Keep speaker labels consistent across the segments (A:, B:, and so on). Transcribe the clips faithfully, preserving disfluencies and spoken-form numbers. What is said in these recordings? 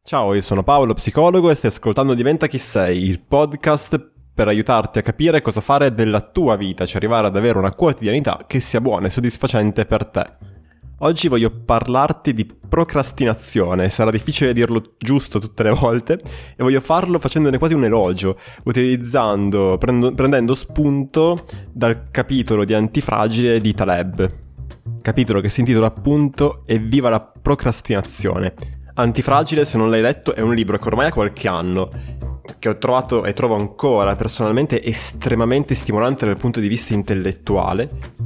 A: Ciao, io sono Paolo, psicologo, e stai ascoltando Diventa Chi Sei, il podcast per aiutarti a capire cosa fare della tua vita, cioè arrivare ad avere una quotidianità che sia buona e soddisfacente per te. Oggi voglio parlarti di procrastinazione, sarà difficile dirlo giusto tutte le volte, e voglio farlo facendone quasi un elogio, utilizzando, prendo, prendendo spunto dal capitolo di Antifragile di Taleb. Capitolo che si intitola appunto Evviva la procrastinazione. Antifragile, se non l'hai letto, è un libro che ormai ha qualche anno, che ho trovato e trovo ancora personalmente estremamente stimolante dal punto di vista intellettuale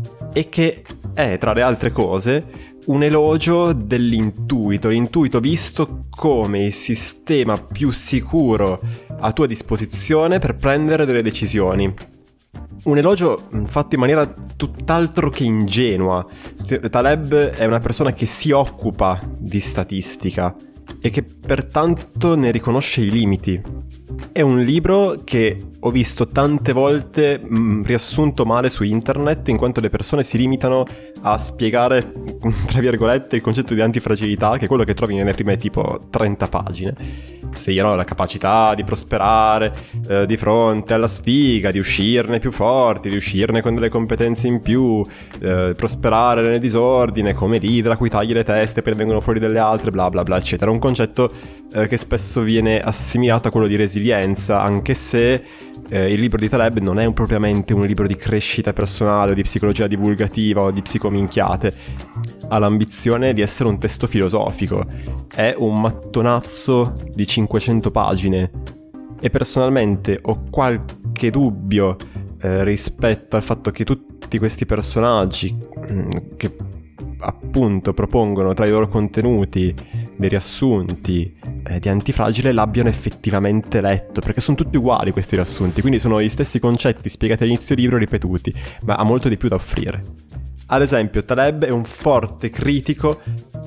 A: e che è, tra le altre cose, un elogio dell'intuito, l'intuito visto come il sistema più sicuro a tua disposizione per prendere delle decisioni. Un elogio fatto in maniera tutt'altro che ingenua. Taleb è una persona che si occupa di statistica e che pertanto ne riconosce i limiti. È un libro che ho visto tante volte mh, riassunto male su internet, in quanto le persone si limitano a spiegare, tra virgolette, il concetto di antifragilità, che è quello che trovi nelle prime tipo trenta pagine. Segnano la capacità di prosperare eh, di fronte alla sfiga, di uscirne più forti, di uscirne con delle competenze in più, eh, prosperare nel disordine, come l'idra a cui tagli le teste e poi ne vengono fuori delle altre, bla bla bla, eccetera. Un concetto eh, che spesso viene assimilato a quello di resilienza, anche se eh, il libro di Taleb non è un, propriamente un libro di crescita personale o di psicologia divulgativa o di psicominchiate. Ha l'ambizione di essere un testo filosofico, è un mattonazzo di cinquecento pagine e personalmente ho qualche dubbio eh, rispetto al fatto che tutti questi personaggi mh, che appunto propongono tra i loro contenuti dei riassunti eh, di Antifragile l'abbiano effettivamente letto, perché sono tutti uguali questi riassunti, quindi sono gli stessi concetti spiegati all'inizio libro ripetuti, ma ha molto di più da offrire. Ad esempio, Taleb è un forte critico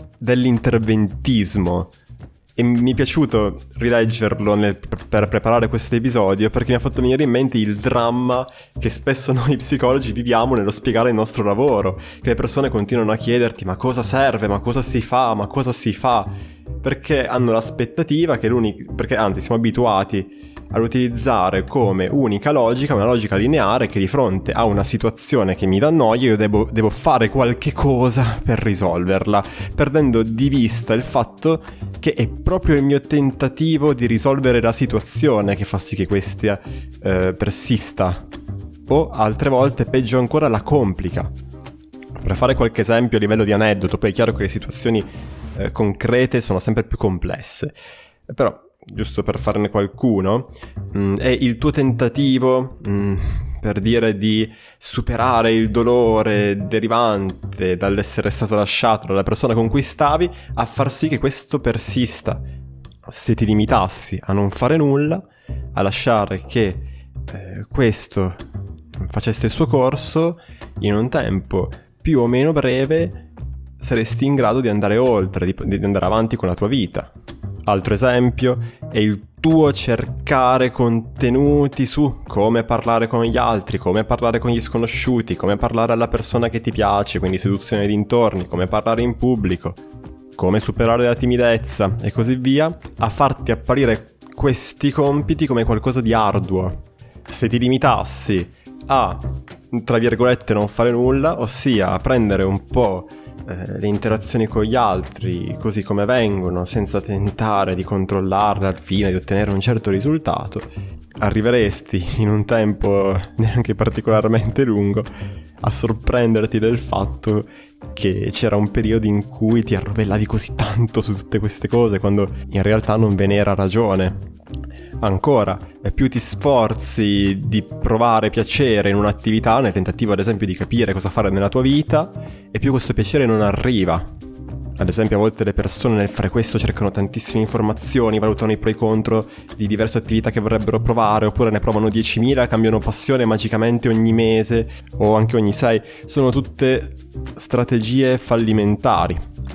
A: dell'interventismo e mi è piaciuto rileggerlo nel, per preparare questo episodio, perché mi ha fatto venire in mente il dramma che spesso noi psicologi viviamo nello spiegare il nostro lavoro, che le persone continuano a chiederti ma cosa serve, ma cosa si fa, ma cosa si fa, perché hanno l'aspettativa che l'unica, perché anzi siamo abituati ad utilizzare come unica logica una logica lineare, che di fronte a una situazione che mi dà noia io devo, devo fare qualche cosa per risolverla, perdendo di vista il fatto che è proprio il mio tentativo di risolvere la situazione che fa sì che questa eh, persista, o altre volte peggio ancora la complica. Per fare qualche esempio a livello di aneddoto, poi è chiaro che le situazioni eh, concrete sono sempre più complesse, però giusto per farne qualcuno, mh, è il tuo tentativo, mh, per dire, di superare il dolore derivante dall'essere stato lasciato dalla persona con cui stavi, a far sì che questo persista. Se ti limitassi a non fare nulla, a lasciare che eh, questo facesse il suo corso, in un tempo più o meno breve saresti in grado di andare oltre, di, di andare avanti con la tua vita. Altro esempio è il tuo cercare contenuti su come parlare con gli altri, come parlare con gli sconosciuti, come parlare alla persona che ti piace, quindi seduzione ai dintorni, come parlare in pubblico, come superare la timidezza e così via, a farti apparire questi compiti come qualcosa di arduo. Se ti limitassi a, tra virgolette, non fare nulla, ossia a prendere un po' le interazioni con gli altri così come vengono, senza tentare di controllarle al fine di ottenere un certo risultato, arriveresti in un tempo neanche particolarmente lungo a sorprenderti del fatto che c'era un periodo in cui ti arrovellavi così tanto su tutte queste cose quando in realtà non ve n'era ragione. Ancora, più ti sforzi di provare piacere in un'attività, nel tentativo ad esempio di capire cosa fare nella tua vita, e più questo piacere non arriva. Ad esempio, a volte le persone nel fare questo cercano tantissime informazioni, valutano i pro e i contro di diverse attività che vorrebbero provare, oppure ne provano diecimila, cambiano passione magicamente ogni mese o anche ogni sei. Sono tutte strategie fallimentari.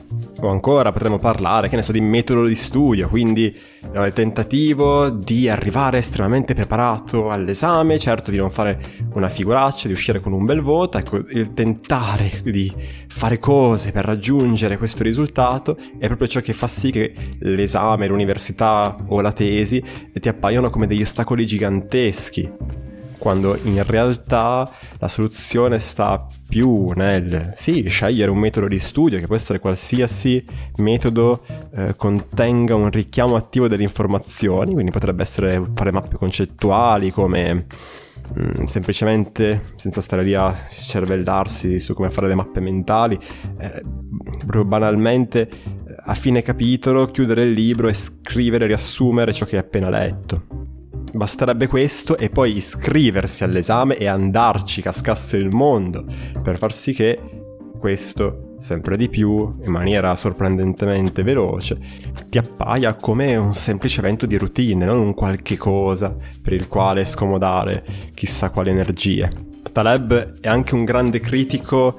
A: O ancora potremmo parlare, che ne so, di metodo di studio, quindi il tentativo di arrivare estremamente preparato all'esame, certo di non fare una figuraccia, di uscire con un bel voto. Ecco, il tentare di fare cose per raggiungere questo risultato è proprio ciò che fa sì che l'esame, l'università o la tesi ti appaiono come degli ostacoli giganteschi, quando in realtà la soluzione sta più nel, sì, scegliere un metodo di studio, che può essere qualsiasi metodo eh, contenga un richiamo attivo delle informazioni, quindi potrebbe essere fare mappe concettuali, come mh, semplicemente, senza stare lì a cervellarsi su come fare le mappe mentali, eh, proprio banalmente, a fine capitolo, chiudere il libro e scrivere, riassumere ciò che hai appena letto. Basterebbe questo e poi iscriversi all'esame e andarci cascasse il mondo, per far sì che questo, sempre di più, in maniera sorprendentemente veloce, ti appaia come un semplice evento di routine, non un qualche cosa per il quale scomodare chissà quali energie. Taleb è anche un grande critico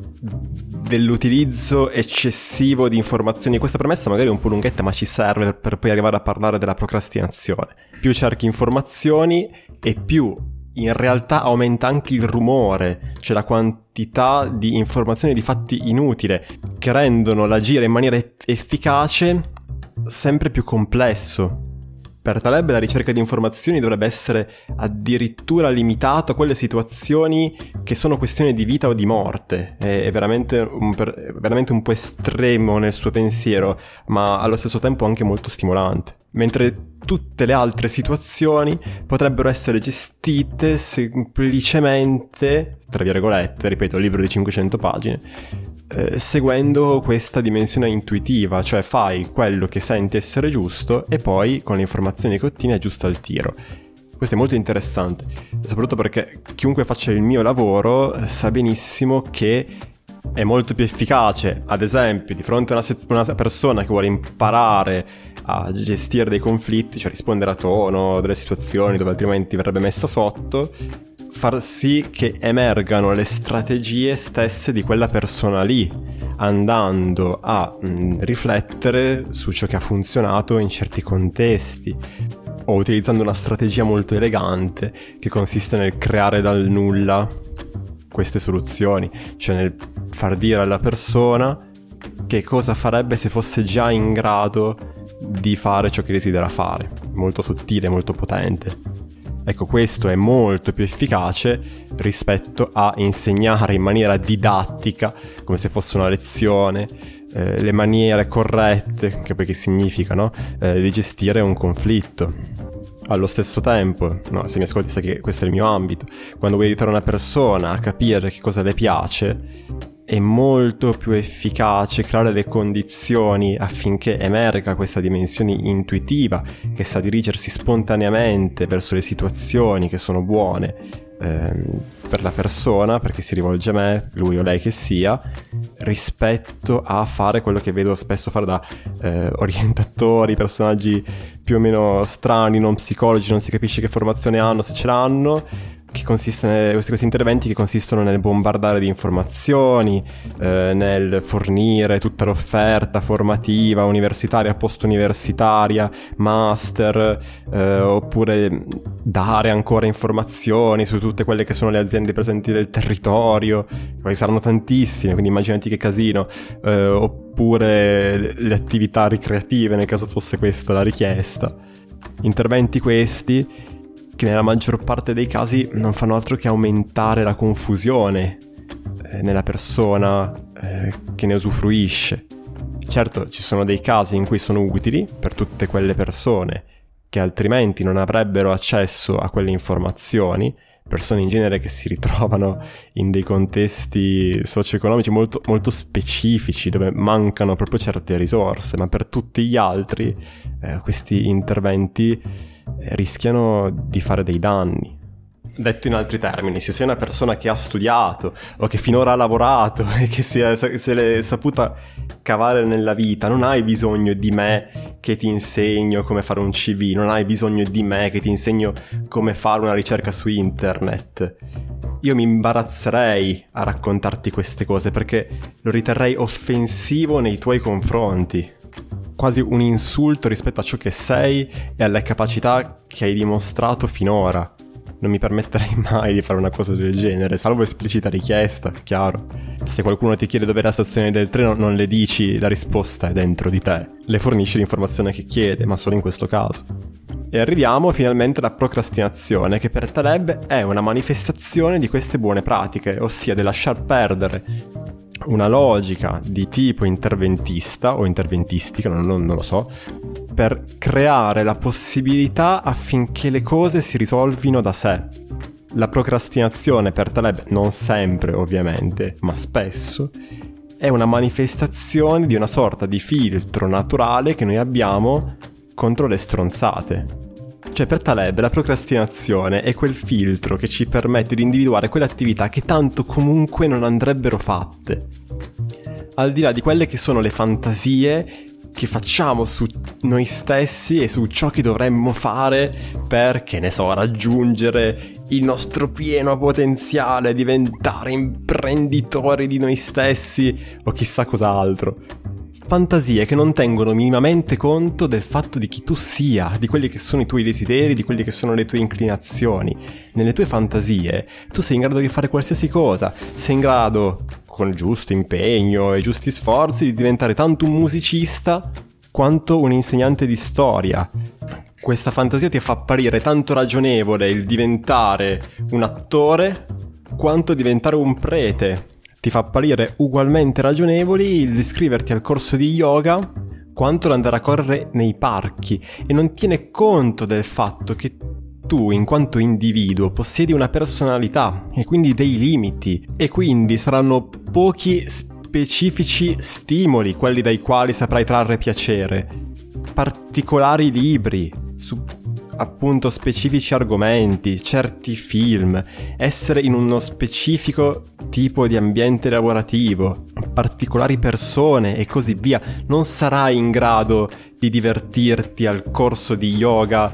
A: dell'utilizzo eccessivo di informazioni. Questa premessa magari è un po' lunghetta, ma ci serve per poi arrivare a parlare della procrastinazione. Più cerchi informazioni e più in realtà aumenta anche il rumore, cioè la quantità di informazioni di fatti inutile, che rendono l'agire in maniera eff- efficace sempre più complesso. Per Taleb la ricerca di informazioni dovrebbe essere addirittura limitata a quelle situazioni che sono questioni di vita o di morte. È, è veramente un, per, veramente un po' estremo nel suo pensiero, ma allo stesso tempo anche molto stimolante. Mentre tutte le altre situazioni potrebbero essere gestite semplicemente, tra virgolette, ripeto, il libro di cinquecento pagine, eh, seguendo questa dimensione intuitiva, cioè fai quello che senti essere giusto e poi con le informazioni che ottieni aggiusta il tiro. Questo è molto interessante, soprattutto perché chiunque faccia il mio lavoro sa benissimo che è molto più efficace, ad esempio, di fronte a una, se- una persona che vuole imparare a gestire dei conflitti, cioè rispondere a tono delle situazioni dove altrimenti verrebbe messa sotto, far sì che emergano le strategie stesse di quella persona lì, andando a mh, riflettere su ciò che ha funzionato in certi contesti, o utilizzando una strategia molto elegante che consiste nel creare dal nulla queste soluzioni, cioè nel far dire alla persona che cosa farebbe se fosse già in grado di fare ciò che desidera fare. Molto sottile, molto potente. Ecco, questo è molto più efficace rispetto a insegnare in maniera didattica, come se fosse una lezione, eh, le maniere corrette, che poi che significa, no? Eh, di gestire un conflitto. Allo stesso tempo, no, se mi ascolti sai che questo è il mio ambito, quando vuoi aiutare una persona a capire che cosa le piace, è molto più efficace creare le condizioni affinché emerga questa dimensione intuitiva che sa dirigersi spontaneamente verso le situazioni che sono buone ehm, per la persona, perché si rivolge a me, lui o lei che sia, rispetto a fare quello che vedo spesso fare da eh, orientatori, personaggi più o meno strani, non psicologi, non si capisce che formazione hanno, se ce l'hanno, che consiste nel, questi, questi interventi che consistono nel bombardare di informazioni, eh, nel fornire tutta l'offerta formativa, universitaria, post-universitaria, master, eh, oppure dare ancora informazioni su tutte quelle che sono le aziende presenti nel territorio, poi saranno tantissime, quindi immaginati che casino, eh, oppure le attività ricreative nel caso fosse questa la richiesta. Interventi questi che nella maggior parte dei casi non fanno altro che aumentare la confusione eh, nella persona eh, che ne usufruisce. Certo, ci sono dei casi in cui sono utili per tutte quelle persone che altrimenti non avrebbero accesso a quelle informazioni, persone in genere che si ritrovano in dei contesti socio-economici molto, molto specifici dove mancano proprio certe risorse, ma per tutti gli altri eh, questi interventi rischiano di fare dei danni. Detto in altri termini, se sei una persona che ha studiato o che finora ha lavorato e che si è, se l'è saputa cavare nella vita, non hai bisogno di me che ti insegno come fare un C V, non hai bisogno di me che ti insegno come fare una ricerca su internet. Io mi imbarazzerei a raccontarti queste cose perché lo riterrei offensivo nei tuoi confronti, quasi un insulto rispetto a ciò che sei e alle capacità che hai dimostrato finora. Non mi permetterei mai di fare una cosa del genere, salvo esplicita richiesta, chiaro. Se qualcuno ti chiede dov'è la stazione del treno, non le dici la risposta è dentro di te. Le fornisci l'informazione che chiede, ma solo in questo caso. E arriviamo finalmente alla procrastinazione, che per Taleb è una manifestazione di queste buone pratiche, ossia del lasciar perdere una logica di tipo interventista o interventistica, non, non, non lo so, per creare la possibilità affinché le cose si risolvino da sé. La procrastinazione per Taleb, non sempre ovviamente, ma spesso, è una manifestazione di una sorta di filtro naturale che noi abbiamo contro le stronzate. Cioè per Taleb la procrastinazione è quel filtro che ci permette di individuare quelle attività che tanto comunque non andrebbero fatte, al di là di quelle che sono le fantasie che facciamo su noi stessi e su ciò che dovremmo fare per, che ne so, raggiungere il nostro pieno potenziale, diventare imprenditori di noi stessi o chissà cos'altro. Fantasie che non tengono minimamente conto del fatto di chi tu sia, di quelli che sono i tuoi desideri, di quelli che sono le tue inclinazioni. Nelle tue fantasie tu sei in grado di fare qualsiasi cosa, sei in grado, con il giusto impegno e giusti sforzi, di diventare tanto un musicista quanto un insegnante di storia. Questa fantasia ti fa apparire tanto ragionevole il diventare un attore quanto diventare un prete. Ti fa apparire ugualmente ragionevoli il iscriverti al corso di yoga quanto l'andare a correre nei parchi, e non tiene conto del fatto che tu, in quanto individuo, possiedi una personalità e quindi dei limiti, e quindi saranno pochi specifici stimoli quelli dai quali saprai trarre piacere. Particolari libri su appunto specifici argomenti, certi film, essere in uno specifico tipo di ambiente lavorativo, particolari persone e così via. Non sarai in grado di divertirti al corso di yoga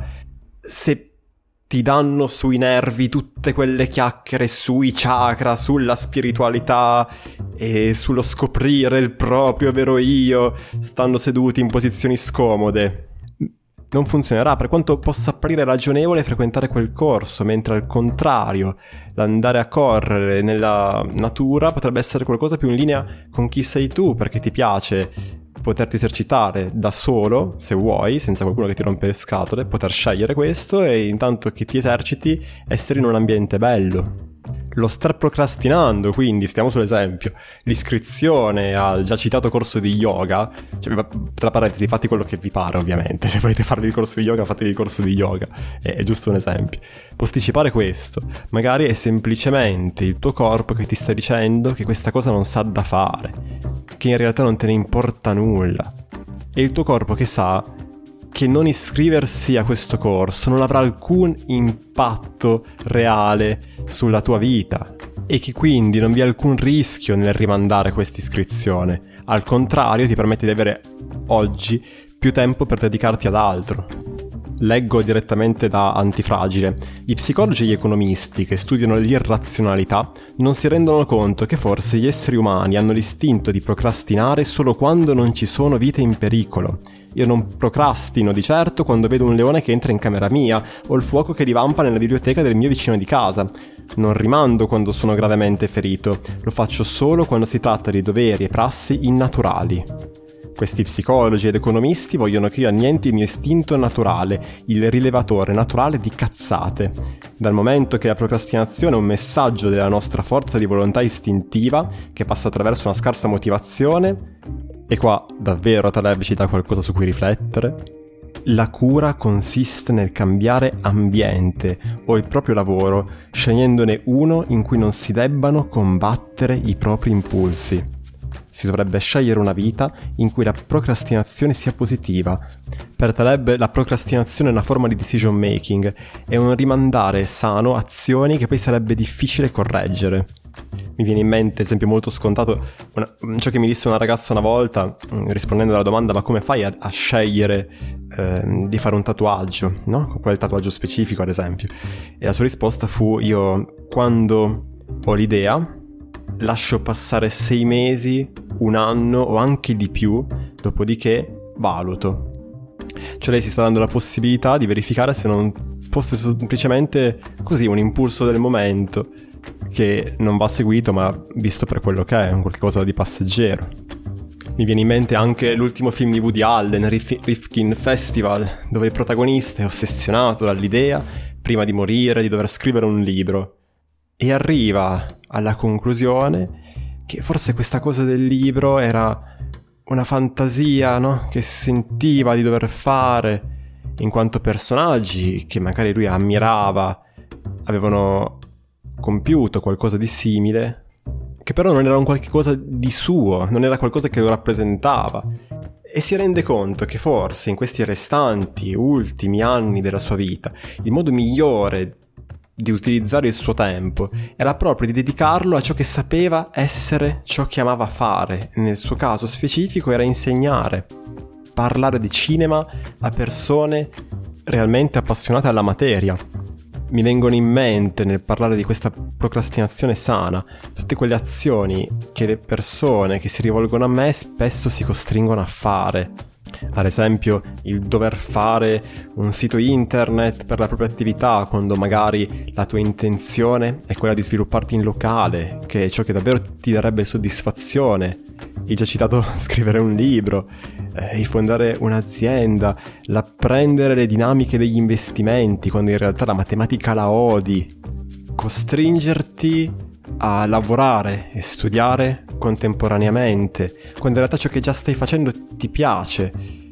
A: se ti danno sui nervi tutte quelle chiacchiere sui chakra, sulla spiritualità e sullo scoprire il proprio vero io, stando seduti in posizioni scomode. Non funzionerà, per quanto possa apparire ragionevole frequentare quel corso, mentre al contrario l'andare a correre nella natura potrebbe essere qualcosa più in linea con chi sei tu, perché ti piace poterti esercitare da solo, se vuoi, senza qualcuno che ti rompe le scatole, poter scegliere questo e intanto che ti eserciti essere in un ambiente bello. Lo star procrastinando, quindi, stiamo sull'esempio, l'iscrizione al già citato corso di yoga, cioè, tra parentesi, fate quello che vi pare ovviamente, se volete farvi il corso di yoga, fatevi il corso di yoga, è, è giusto un esempio. Posticipare questo, magari è semplicemente il tuo corpo che ti sta dicendo che questa cosa non sa da fare, che in realtà non te ne importa nulla, e il tuo corpo che sa che non iscriversi a questo corso non avrà alcun impatto reale sulla tua vita e che quindi non vi è alcun rischio nel rimandare questa iscrizione. Al contrario, ti permette di avere oggi più tempo per dedicarti ad altro. Leggo direttamente da Antifragile. Gli psicologi e gli economisti che studiano l'irrazionalità non si rendono conto che forse gli esseri umani hanno l'istinto di procrastinare solo quando non ci sono vite in pericolo. Io non procrastino di certo quando vedo un leone che entra in camera mia o il fuoco che divampa nella biblioteca del mio vicino di casa. Non rimando quando sono gravemente ferito, lo faccio solo quando si tratta di doveri e prassi innaturali. Questi psicologi ed economisti vogliono che io annienti il mio istinto naturale, il rilevatore naturale di cazzate. Dal momento che la procrastinazione è un messaggio della nostra forza di volontà istintiva che passa attraverso una scarsa motivazione, e qua davvero Taleb ci dà qualcosa su cui riflettere, la cura consiste nel cambiare ambiente o il proprio lavoro, scegliendone uno in cui non si debbano combattere i propri impulsi. si dovrebbe scegliere una vita in cui la procrastinazione sia positiva. Per Taleb la procrastinazione è una forma di decision making, è un rimandare sano azioni che poi sarebbe difficile correggere. Mi viene in mente, esempio molto scontato, una, ciò che mi disse una ragazza una volta, rispondendo alla domanda ma come fai a, a scegliere eh, di fare un tatuaggio, no? Con quel tatuaggio specifico ad esempio. E la sua risposta fu: io quando ho l'idea lascio passare sei mesi, un anno o anche di più, dopodiché valuto. Cioè lei si sta dando la possibilità di verificare se non fosse semplicemente così un impulso del momento che non va seguito ma visto per quello che è, un qualcosa di passeggero. Mi viene in mente anche l'ultimo film di Woody Allen, Rif- Rifkin Festival, dove il protagonista è ossessionato dall'idea, prima di morire, di dover scrivere un libro, e arriva alla conclusione che forse questa cosa del libro era una fantasia, no? Che sentiva di dover fare, in quanto personaggi che magari lui ammirava avevano compiuto qualcosa di simile, che però non era un qualche cosa di suo, non era qualcosa che lo rappresentava, e si rende conto che forse in questi restanti ultimi anni della sua vita il modo migliore di utilizzare il suo tempo era proprio di dedicarlo a ciò che sapeva essere ciò che amava fare. Nel suo caso specifico era insegnare, parlare di cinema a persone realmente appassionate alla materia. Mi vengono in mente, nel parlare di questa procrastinazione sana, tutte quelle azioni che le persone che si rivolgono a me spesso si costringono a fare. Ad esempio, il dover fare un sito internet per la propria attività, quando magari la tua intenzione è quella di svilupparti in locale, che è ciò che davvero ti darebbe soddisfazione. Hai già citato scrivere un libro, eh, fondare un'azienda, l'apprendere le dinamiche degli investimenti, quando in realtà la matematica la odi. Costringerti a lavorare e studiare contemporaneamente, quando in realtà ciò che già stai facendo ti piace,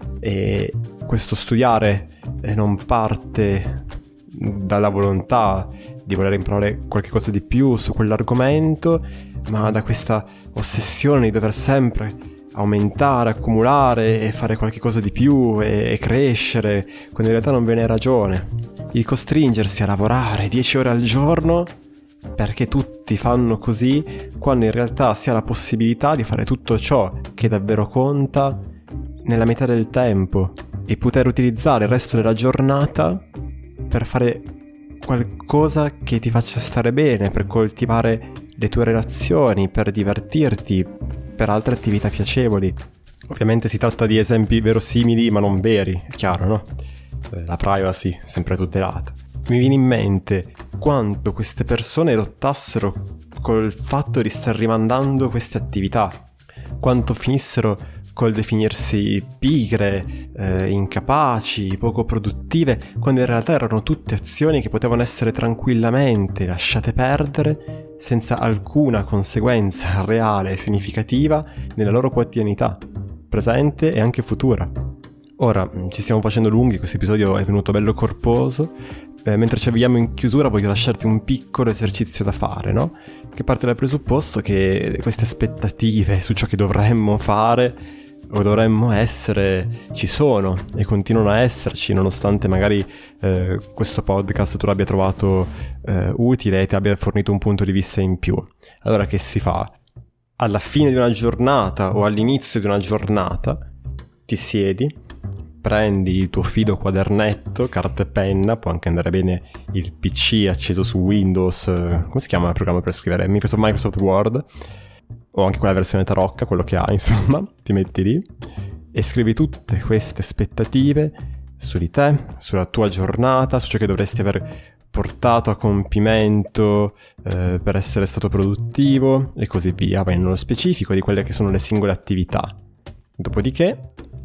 A: e questo studiare non parte dalla volontà di voler imparare qualche cosa di più su quell'argomento, ma da questa ossessione di dover sempre aumentare, accumulare e fare qualche cosa di più e, e crescere, quando in realtà non ve ne è ragione. Il costringersi a lavorare dieci ore al giorno perché tutti fanno così, quando in realtà si ha la possibilità di fare tutto ciò che davvero conta nella metà del tempo e poter utilizzare il resto della giornata per fare qualcosa che ti faccia stare bene, per coltivare le tue relazioni, per divertirti, per altre attività piacevoli. Ovviamente si tratta di esempi verosimili ma non veri, è chiaro, no? La privacy sempre tutelata. Mi viene in mente quanto queste persone lottassero col fatto di star rimandando queste attività, quanto finissero col definirsi pigre, eh, incapaci, poco produttive, quando in realtà erano tutte azioni che potevano essere tranquillamente lasciate perdere senza alcuna conseguenza reale e significativa nella loro quotidianità, presente e anche futura. Ora, ci stiamo facendo lunghi, questo episodio è venuto bello corposo. Eh, mentre ci avviamo in chiusura voglio lasciarti un piccolo esercizio da fare, no? Che parte dal presupposto che queste aspettative su ciò che dovremmo fare o dovremmo essere ci sono e continuano a esserci, nonostante magari eh, questo podcast tu l'abbia trovato eh, utile e ti abbia fornito un punto di vista in più. Allora che si fa? Alla fine di una giornata o all'inizio di una giornata ti siedi, prendi il tuo fido quadernetto, carta e penna, può anche andare bene il P C acceso su Windows, come si chiama il programma per scrivere? Microsoft, Microsoft Word, o anche quella versione tarocca, quello che ha, insomma, ti metti lì e scrivi tutte queste aspettative su di te, sulla tua giornata, su ciò che dovresti aver portato a compimento eh, per essere stato produttivo e così via, vai nello specifico di quelle che sono le singole attività. Dopodiché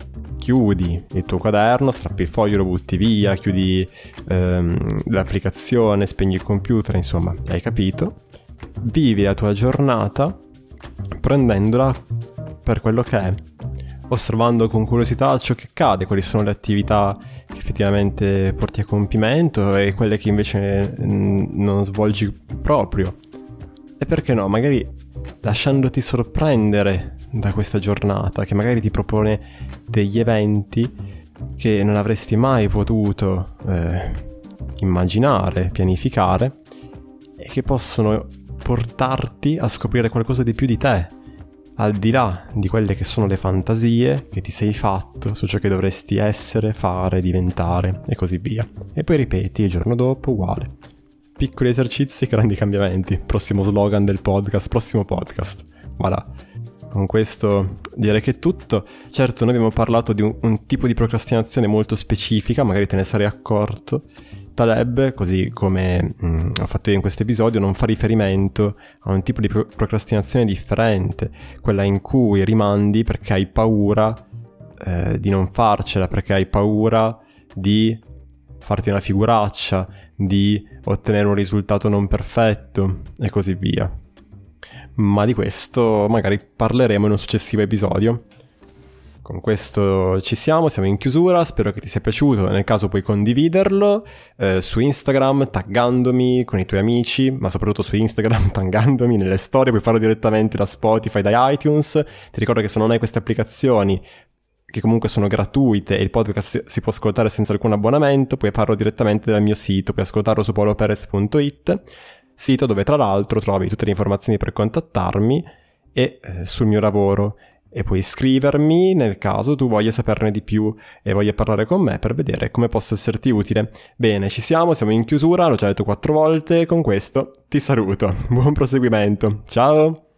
A: chiudi il tuo quaderno, strappi il foglio, lo butti via, chiudi ehm, l'applicazione, spegni il computer, insomma, hai capito. Vivi la tua giornata prendendola per quello che è, osservando con curiosità ciò che accade, quali sono le attività che effettivamente porti a compimento e quelle che invece non svolgi proprio. E perché no, magari lasciandoti sorprendere da questa giornata, che magari ti propone degli eventi che non avresti mai potuto eh, immaginare, pianificare, e che possono portarti a scoprire qualcosa di più di te, al di là di quelle che sono le fantasie che ti sei fatto su ciò che dovresti essere, fare, diventare e così via. E poi ripeti il giorno dopo uguale. Piccoli esercizi, grandi cambiamenti. Prossimo slogan del podcast, prossimo podcast. Voilà. Con questo direi che è tutto. Certo, noi abbiamo parlato di un, un tipo di procrastinazione molto specifica, magari te ne sarei accorto. Taleb, così come mh, ho fatto io in questo episodio, non fa riferimento a un tipo di pro- procrastinazione differente, quella in cui rimandi perché hai paura eh, di non farcela, perché hai paura di farti una figuraccia, di ottenere un risultato non perfetto e così via. Ma di questo magari parleremo in un successivo episodio. Con questo ci siamo, siamo in chiusura, spero che ti sia piaciuto, nel caso puoi condividerlo eh, su Instagram taggandomi con i tuoi amici, ma soprattutto su Instagram taggandomi nelle storie, puoi farlo direttamente da Spotify, da iTunes. Ti ricordo che se non hai queste applicazioni, che comunque sono gratuite e il podcast si può ascoltare senza alcun abbonamento, puoi farlo direttamente dal mio sito, puoi ascoltarlo su paoloperez punto it, sito dove tra l'altro trovi tutte le informazioni per contattarmi e eh, sul mio lavoro. E puoi iscrivermi nel caso tu voglia saperne di più e voglia parlare con me per vedere come posso esserti utile. Bene, ci siamo, siamo in chiusura, l'ho già detto quattro volte, con questo ti saluto. Buon proseguimento, ciao!